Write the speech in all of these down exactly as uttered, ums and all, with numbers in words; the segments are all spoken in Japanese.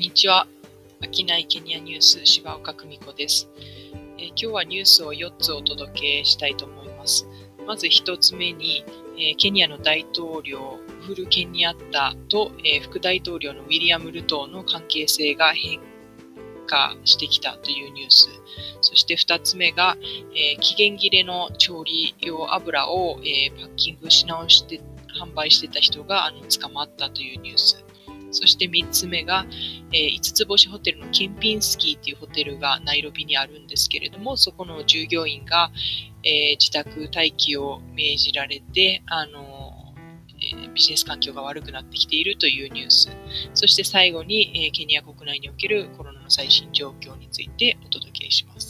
にちは。商いケニアニュース柴岡久美子です、えー。今日はニュースをよっつお届けしたいと思います。まずひとつめに、えー、ケニアの大統領ウフル・ケニアッタと、えー、副大統領のウィリアム・ルトーの関係性が変化してきたというニュース。そしてふたつめが、えー、期限切れの調理用油を、えー、パッキングし直して販売してた人があの捕まったというニュース。そしてみっつめが、えー、いつつ星ホテルのケンピンスキーというホテルがナイロビにあるんですけれども、そこの従業員が、えー、自宅待機を命じられて、あのー、ビジネス環境が悪くなってきているというニュース。そして最後に、えー、ケニア国内におけるコロナの最新状況についてお届けします。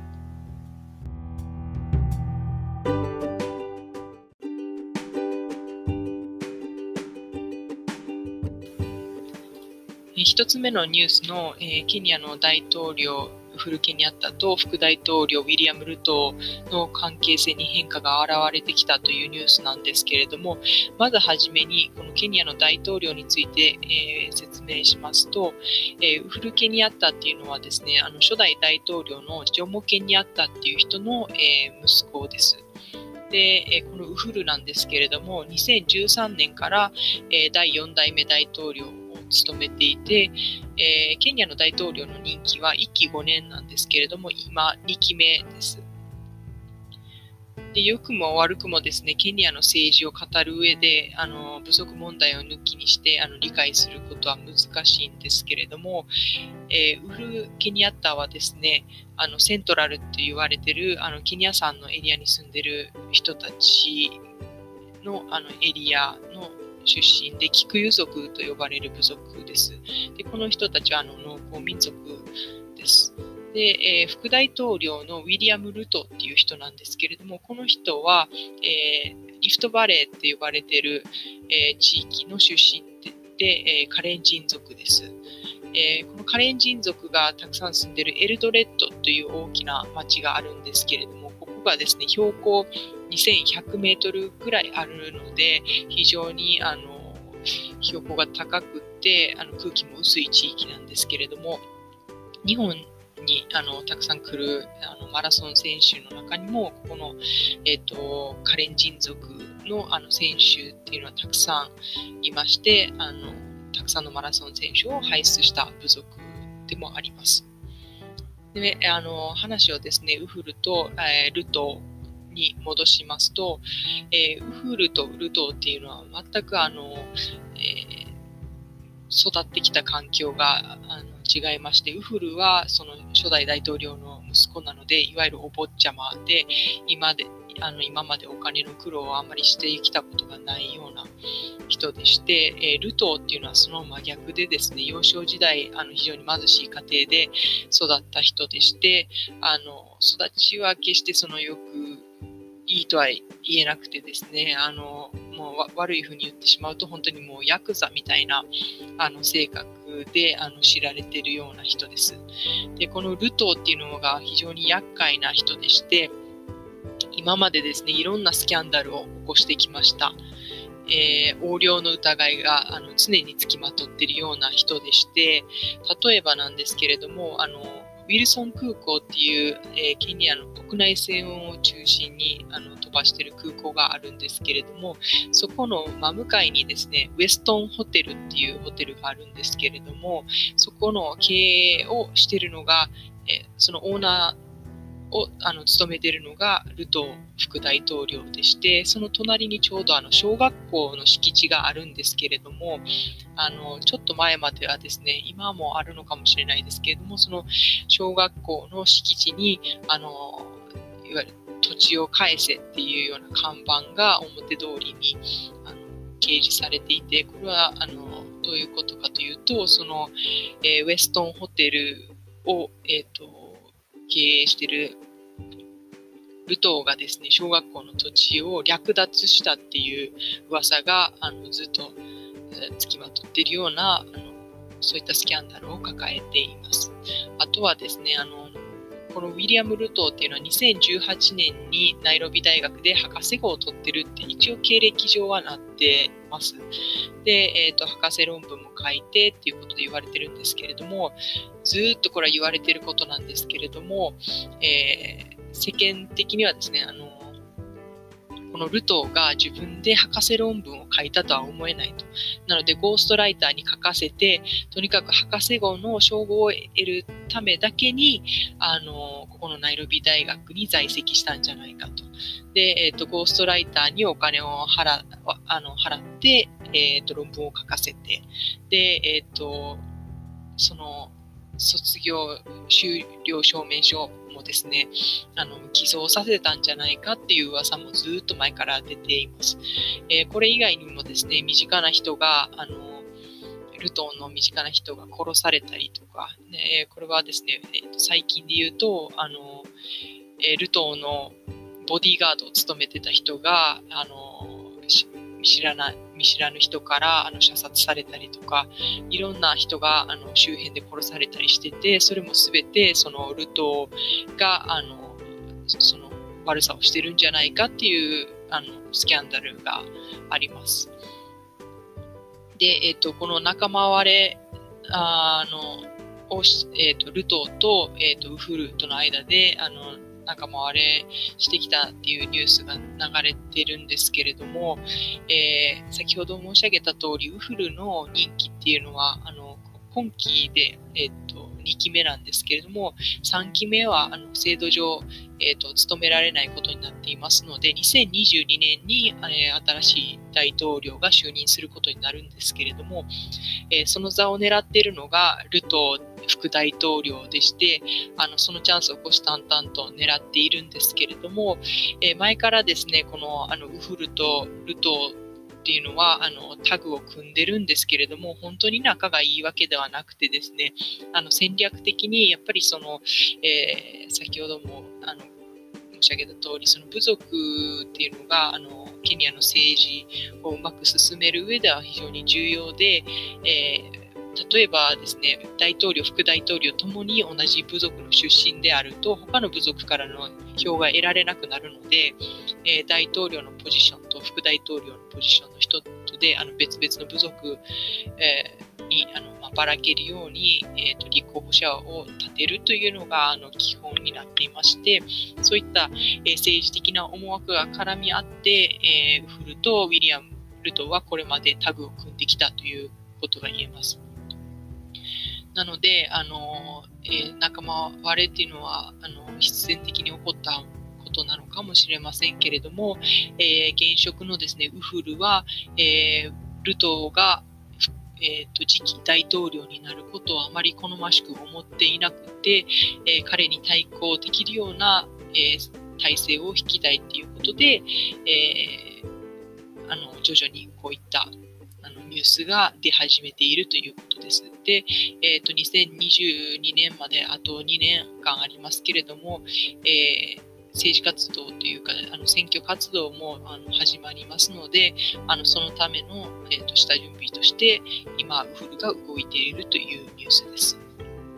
一つ目のニュースの、えー、ケニアの大統領ウフル・ケニアッタと副大統領ウィリアム・ルトーの関係性に変化が現れてきたというニュースなんですけれども、まずはじめにこのケニアの大統領について、えー、説明しますと、えー、ウフル・ケニアッタっていうのはですね、あの初代大統領のジョモ・ケニアッタっていう人の、えー、息子です。で、このウフルなんですけれども、にせんじゅうさんねんからだいよん代目大統領を務めていて、ケニアの大統領の任期はいっきごねんなんですけれども、今にきめです。で、良くも悪くもですね、ケニアの政治を語る上で、あの部族問題を抜きにしてあの理解することは難しいんですけれども、えー、ウフル・ケニアッタはですね、あのセントラルって言われているあのケニア山のエリアに住んでいる人たちの、あのエリアの出身で、キクユ族と呼ばれる部族です。で、この人たちはあの農耕民族です。で、えー、副大統領のウィリアム・ルトっていう人なんですけれども、この人は、えー、リフトバレーって呼ばれている、えー、地域の出身で、えー、カレン人族です。えー、このカレン人族がたくさん住んでいるエルドレッドという大きな町があるんですけれども、ここがですね、標高にせんひゃくメートルぐらいあるので、非常にあの標高が高くってあの空気も薄い地域なんですけれども、日本にあのたくさん来るあのマラソン選手の中にも、この、えーと、カレン人族の、あの選手っていうのはたくさんいまして、あのたくさんのマラソン選手を輩出した部族でもあります。で、あの話をですね、ウフルと、えー、ルトに戻しますと、えー、ウフルとルトっていうのは全くあの、えー、育ってきた環境があの違いまして、ウフルはその初代大統領の息子なので、いわゆるお坊ちゃまで、今であの今までお金の苦労をあまりしてきたことがないような人でして、えー、ルトーっていうのはその真逆でですね、幼少時代あの非常に貧しい家庭で育った人でして、あの育ちは決してそのよくいいとは言えなくてですね、あのもう悪いふうに言ってしまうと本当にもうヤクザみたいなあの性格であの知られているような人です。で、このルトーっていうのが非常に厄介な人でして、今までですね、いろんなスキャンダルを起こしてきました。えー、横領の疑いがあの常につきまとっているような人でして、例えばなんですけれども、あのウィルソン空港っていう、えー、ケニアの国内線を中心にあの飛ばしている空港があるんですけれども、そこの真向かいにですね、ウェストンホテルっていうホテルがあるんですけれども、そこの経営をしているのが、えー、そのオーナーをあの務めているのがルトー副大統領でして、その隣にちょうどあの小学校の敷地があるんですけれども、あのちょっと前まではですね、今もあるのかもしれないですけれども、その小学校の敷地にあのいわゆる土地を返せっていうような看板が表通りにあの掲示されていて、これはあのどういうことかというと、その、えー、ウェストンホテルを、えーと経営しているルトーがですね、小学校の土地を略奪したっていう噂があのずっとつきまとっているようなあのそういったスキャンダルを抱えています。あとはですね、あのこのウィリアム・ルトーっていうのはにせんじゅうはちねんにナイロビ大学で博士号を取ってるって一応経歴上はなってます。で、えっと、博士論文も書いてっていうことで言われてるんですけれども、ずーっとこれは言われてることなんですけれども、えー、世間的にはですね、あの、このルトーが自分で博士論文を書いたとは思えないと。なので、ゴーストライターに書かせて、とにかく博士号の称号を得るためだけに、あの、ここのナイロビ大学に在籍したんじゃないかと。で、えっと、ゴーストライターにお金を払、あの払って、えっと、論文を書かせて、で、えっと、その、卒業修了証明書もですね、あの偽造させたんじゃないかっていう噂もずっと前から出ています。えー、これ以外にもですね、身近な人が、あのルトーの身近な人が殺されたりとか、ね、これはですね、えー、と最近で言うと、あのえー、ルトーのボディーガードを務めてた人が、あの見知らない、見知らぬ人からあの射殺されたりとか、いろんな人があの周辺で殺されたりしてて、それもすべてそのルトーがあのその悪さをしてるんじゃないかっていうあのスキャンダルがあります。で、えっと、この仲間割れあのを、えっと、ルトーと、えっと、ウフルとの間であの仲間割れしてきたっていうニュースが流れてるんですけれども、えー、先ほど申し上げた通り、ウフルの任期っていうのは、あの、今期で、えっと、にきめなんですけれども、さんきめは、あの、制度上、えっと、務められないことになっていますので、にせんにじゅうにねんに、えー、新しい大統領が就任することになるんですけれども、えー、その座を狙っているのがルトー副大統領でして、あのそのチャンスを虎視眈々と狙っているんですけれども、えー、前からですね、このあのウフルとルトーっていうのはあのタグを組んでるんですけれども、本当に仲がいいわけではなくてですね、あの戦略的にやっぱりその、えー、先ほどもあの申し上げた通り、その部族っていうのがあのケニアの政治をうまく進める上では非常に重要で、えー例えばですね、大統領、副大統領ともに同じ部族の出身であると、他の部族からの票が得られなくなるので、えー、大統領のポジションと副大統領のポジションの人とで、あの別々の部族、えー、にあの、まあ、ばらけるように、えーと、立候補者を立てるというのがあの基本になっていまして、そういった、えー、政治的な思惑が絡み合って、えー、ウフルとウィリアム・ルトーはこれまでタグを組んできたということが言えます。なので、あの、えー、仲間割れっていうのは、あの、必然的に起こったことなのかもしれませんけれども、えー、現職のですね、ウフルは、えー、ルトーが、えーと、次期大統領になることをあまり好ましく思っていなくて、えー、彼に対抗できるような、えー、体制を引きたいということで、えー、あの、徐々にこういったあのニュースが出始めているということです。で、えーと、にせんにじゅうにねんまであとにねんかんありますけれども、えー、政治活動というか、あの選挙活動もあの始まりますので、あのそのための、えーと、下準備として、今、ウフルが動いているというニュースです。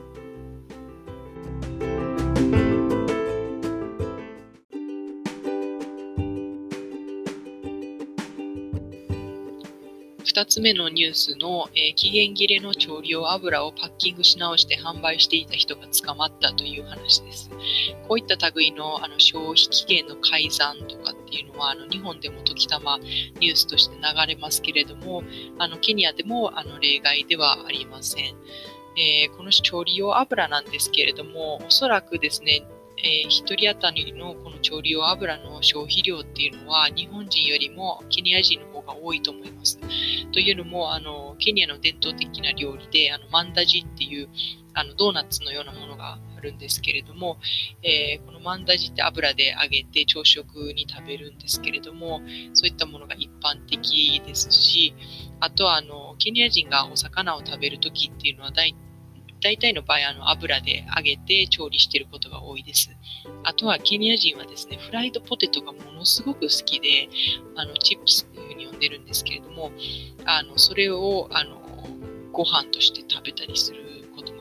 ふたつめのニュースの、えー、期限切れの調理用油をパッキングし直して販売していた人が捕まったという話です。こういった類の、あの消費期限の改ざんとかっていうのはあの日本でも時たまニュースとして流れますけれども、あのケニアでもあの例外ではありません。えー、この調理用油なんですけれども、おそらくですね、えー、ひとり当たりのこの調理用油の消費量っていうのは日本人よりもケニア人の方が多いと思います。というのも、あのケニアの伝統的な料理であのマンダジっていうあのドーナツのようなものがあるんですけれども、えー、このマンダジって油で揚げて朝食に食べるんですけれども、そういったものが一般的ですし、あとはあのケニア人がお魚を食べるときっていうのは大大体の場合、あの油で揚げて調理していることが多いです。あとはケニア人はですね、フライドポテトがものすごく好きで、あのチップスというふうに呼んでるんですけれども、あのそれをあのご飯として食べたりすることがあ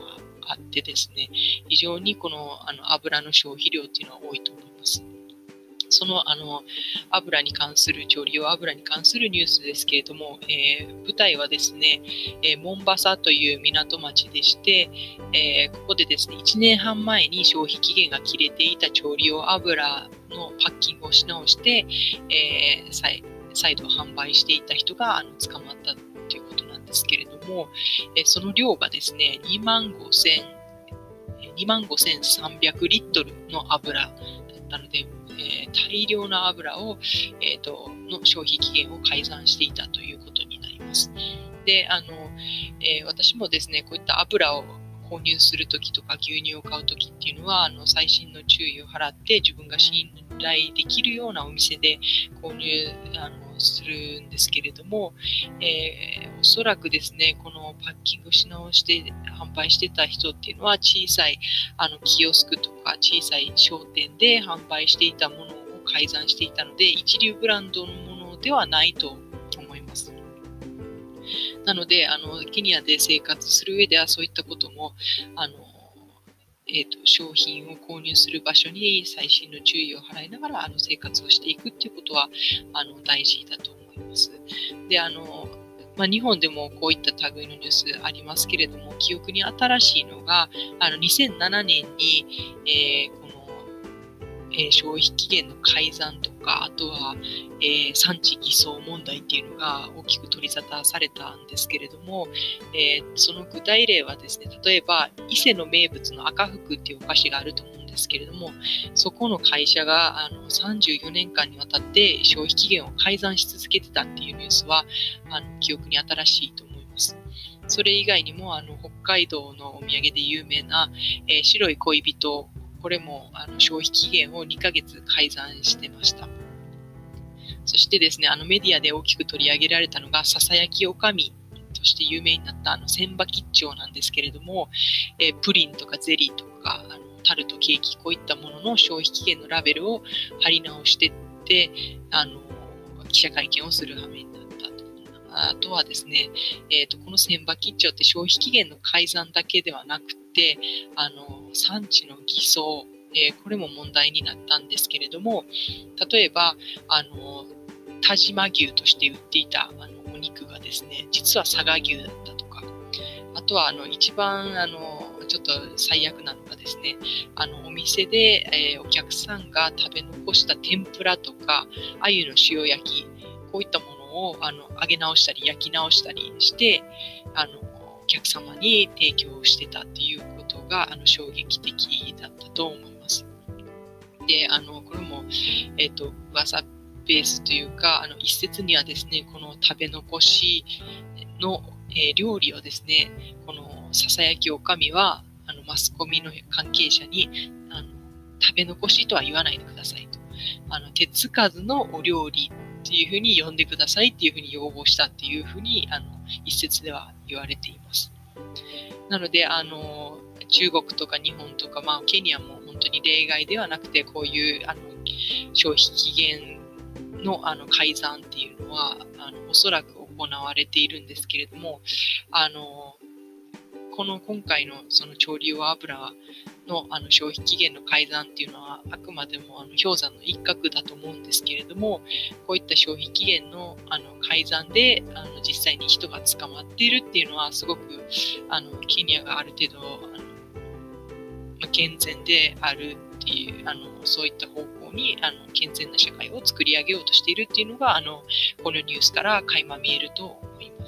あってですね、非常にこの、あの油の消費量っていうのは多いと思います。その、あの油に関する、調理用油に関するニュースですけれども、えー、舞台はですね、えー、モンバサという港町でして、えー、ここでですね、いちねんはん前に消費期限が切れていた調理用油のパッキングをし直して、えー、再, 再度販売していた人があの捕まったということなんですけれども、えー、その量がですね、にまんごせんさんびゃくリットルの油だったので、えー、大量な油を、えーと、の消費期限を改ざんしていたということになります。で、あの、えー、私もですね、こういった油を購入するときとか牛乳を買うときっていうのは、あの、細心の注意を払って自分が信頼できるようなお店で購入あのするんですけれども、えー、おそらくですね、このパッキングし直して販売してた人っていうのは小さいあのキオスクとか小さい商店で販売していたものを改ざんしていたので、一流ブランドのものではないと思います。なので、あのケニアで生活する上ではそういったこともあの、えーと、商品を購入する場所に細心の注意を払いながらあの生活をしていくっていうことはあの大事だと思います。で、あのまあ、日本でもこういった類のニュースありますけれども、記憶に新しいのがあのにせんななねんに、えー、このえー、消費期限の改ざんとか、あとは、えー、産地偽装問題っていうのが大きく取り沙汰されたんですけれども、えー、その具体例はですね、例えば伊勢の名物の赤福っていうお菓子があると思うんですけれども、そこの会社があのさんじゅうよねんかんにわたって消費期限を改ざんし続けてたっていうニュースはあの記憶に新しいと思います。それ以外にもあの北海道のお土産で有名な、えー、白い恋人、これもあの消費期限をにかげつ改ざんしてました。そしてですね、あのメディアで大きく取り上げられたのが、ささやきおかみとして有名になったあの千葉吉兆なんですけれども、えー、プリンとかゼリーとかあのタルト、ケーキ、こういったものの消費期限のラベルを貼り直していってあの記者会見をする羽目になったと。あとはですね、えーと、この千葉吉兆って消費期限の改ざんだけではなくて、あの産地の偽装、えー、これも問題になったんですけれども、例えばあの但馬牛として売っていたあのお肉がですね、実は佐賀牛だったとか、あとはあの一番あのちょっと最悪なのがですね、あのお店で、えー、お客さんが食べ残した天ぷらとか鮎の塩焼き、こういったものをあの揚げ直したり焼き直したりしてあのお客様に提供してたっていうことがあの衝撃的だったと思います。で、あのこれも、えっと、噂ベースというか、あの一説にはですね、この食べ残しの、えー、料理をですね、このささやきおかみはあのマスコミの関係者にあの食べ残しとは言わないでくださいと、あの手つかずのお料理っていうふうに呼んでくださいっていうふうに要望したっていうふうにあの一説では言われています。なのであの中国とか日本とか、まあ、ケニアも本当に例外ではなくて、こういうあの消費期限の, あの改ざんっていうのはあのおそらく行われているんですけれども、あのこの今回のその調理用油のあの消費期限の改ざんっていうのはあくまでもあの氷山の一角だと思うんですけれども、こういった消費期限のあの改ざんであの実際に人が捕まっているっていうのはすごくあのケニアがある程度あの、まあ、健全であるっていうあのそういった方向にあの健全な社会を作り上げようとしているっていうのがあのこのニュースから垣間見えると思います。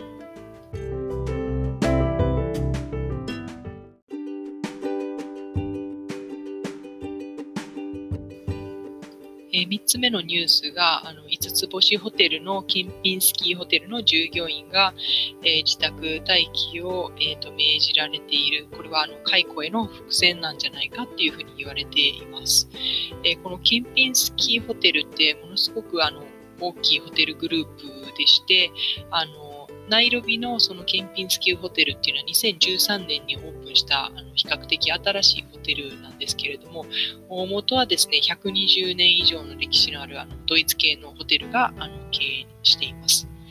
えー、みっつめのニュースがあのいつつ星ホテルのケンピンスキーホテルの従業員が、えー、自宅待機を、えー、と命じられている。これはあの解雇への伏線なんじゃないかっていうふうに言われています。えー、このケンピンスキーホテルってものすごくあの大きいホテルグループでして、あのナイロビのそのケンピンスキーホテルっていうのはにせんじゅうさんねんにオープンしたあの比較的新しいホテルなんですけれども、大元はですねひゃくにじゅうねん以上の歴史のあるあのドイツ系のホテルがあの経営しています。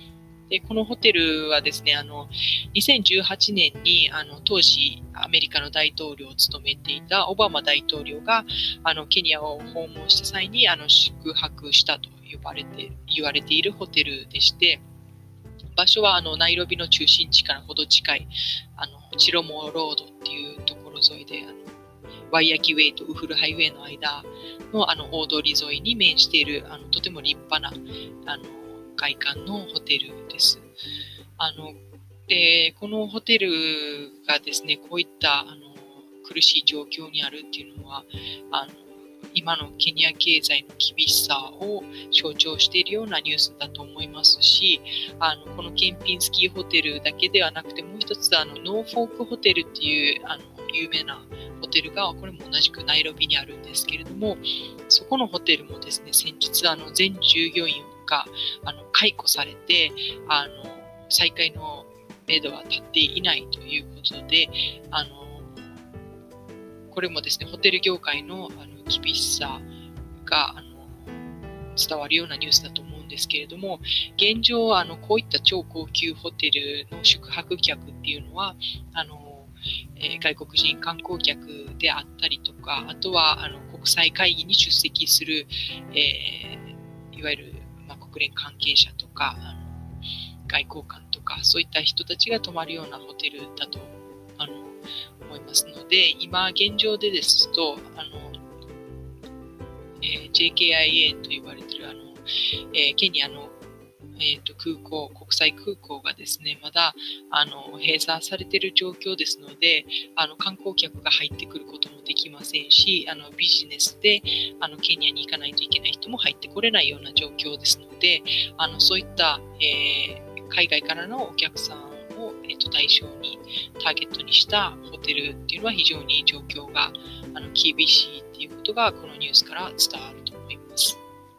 で、このホテルはですね、あの、にせんじゅうはちねんに、あの、当時、アメリカの大統領を務めていたオバマ大統領が、あの、ケニアを訪問した際に、あの、宿泊したと呼ばれて、言われているホテルでして、場所は、あの、ナイロビの中心地からほど近い、あの、チロモロードっていうところ沿いで、あのワイヤキウェイとウフルハイウェイの間の、あの大通り沿いに面しているあのとても立派なあの外観のホテルです。あのでこのホテルがですね、こういったあの苦しい状況にあるっていうのは、あの今のケニア経済の厳しさを象徴しているようなニュースだと思いますし、あのこのケンピンスキーホテルだけではなくて、もう一つあのノーフォークホテルっていうあの有名なホテルが、これも同じくナイロビにあるんですけれども、そこのホテルもですね、先日あの全従業員があの解雇されて、あの再開の目処は立っていないということで、あのこれもですね、ホテル業界のあの厳しさがあの伝わるようなニュースだと思うんですけれども、現状あのこういった超高級ホテルの宿泊客っていうのは、あのえー、外国人観光客であったりとか、あとはあの国際会議に出席する、えー、いわゆる、まあ、国連関係者とかあの外交官とか、そういった人たちが泊まるようなホテルだとあの思いますので、今現状でですとあの、えー、ジェーケーアイエー と言われているあの、えー、ケニアのえー、と空港、国際空港がですね、まだあの閉鎖されている状況ですので、あの観光客が入ってくることもできませんし、あのビジネスであのケニアに行かないといけない人も入ってこれないような状況ですので、あのそういった、えー、海外からのお客さんを、えー、と対象にターゲットにしたホテルっていうのは非常に状況があの厳しいっていうことがこのニュースから伝わると思います。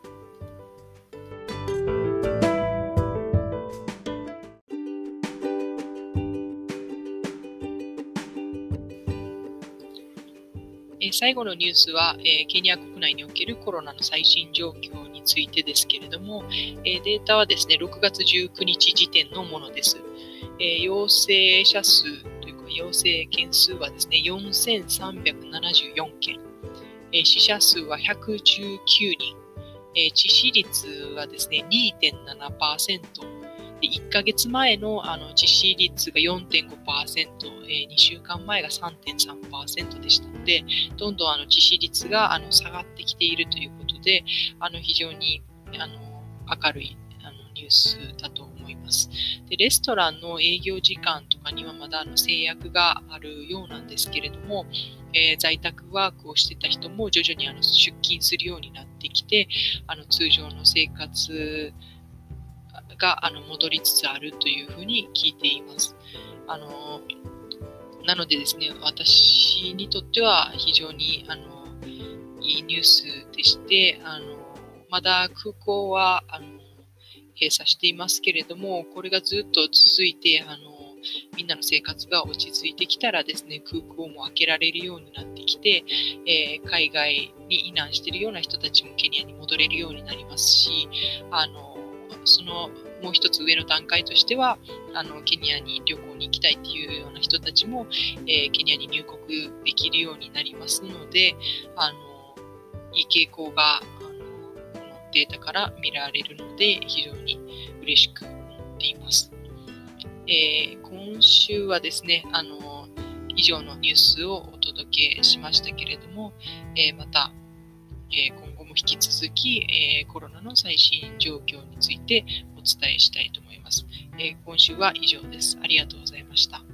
最後のニュースは、えー、ケニア国内におけるコロナの最新状況についてですけれども、えー、データはですね、ろくがつじゅうくにち時点のものです。えー、陽性者数というか、陽性件数はですね、よんせんさんびゃくななじゅうよんけん、えー、死者数はひゃくじゅうきゅうにん、えー、致死率はですね、にてんななパーセント、いっかげつまえ の, あの致死率が よんてんごパーセント、えー、にしゅうかんまえが さんてんさんパーセント でしたので、どんどんあの致死率があの下がってきているということで、あの非常にあの明るいあのニュースだと思います。で、レストランの営業時間とかにはまだあの制約があるようなんですけれども、えー、在宅ワークをしてた人も徐々にあの出勤するようになってきて、あの通常の生活があの戻りつつあるというふうに聞いています。あのなのでですね、私にとっては非常にあのいいニュースでして、あのまだ空港はあの閉鎖していますけれども、これがずっと続いてあのみんなの生活が落ち着いてきたらですね、空港も開けられるようになってきて、えー、海外に避難しているような人たちもケニアに戻れるようになりますし、あのそのもう一つ上の段階としては、あのケニアに旅行に行きたいっていうような人たちも、えー、ケニアに入国できるようになりますので、あのいい傾向があのこのデータから見られるので非常に嬉しく思っています。えー、今週はですね、あの以上のニュースをお届けしましたけれども、えー、またえー、今後も引き続き、えー、コロナの最新状況についてお伝えしたいと思います。えー、今週は以上です。ありがとうございました。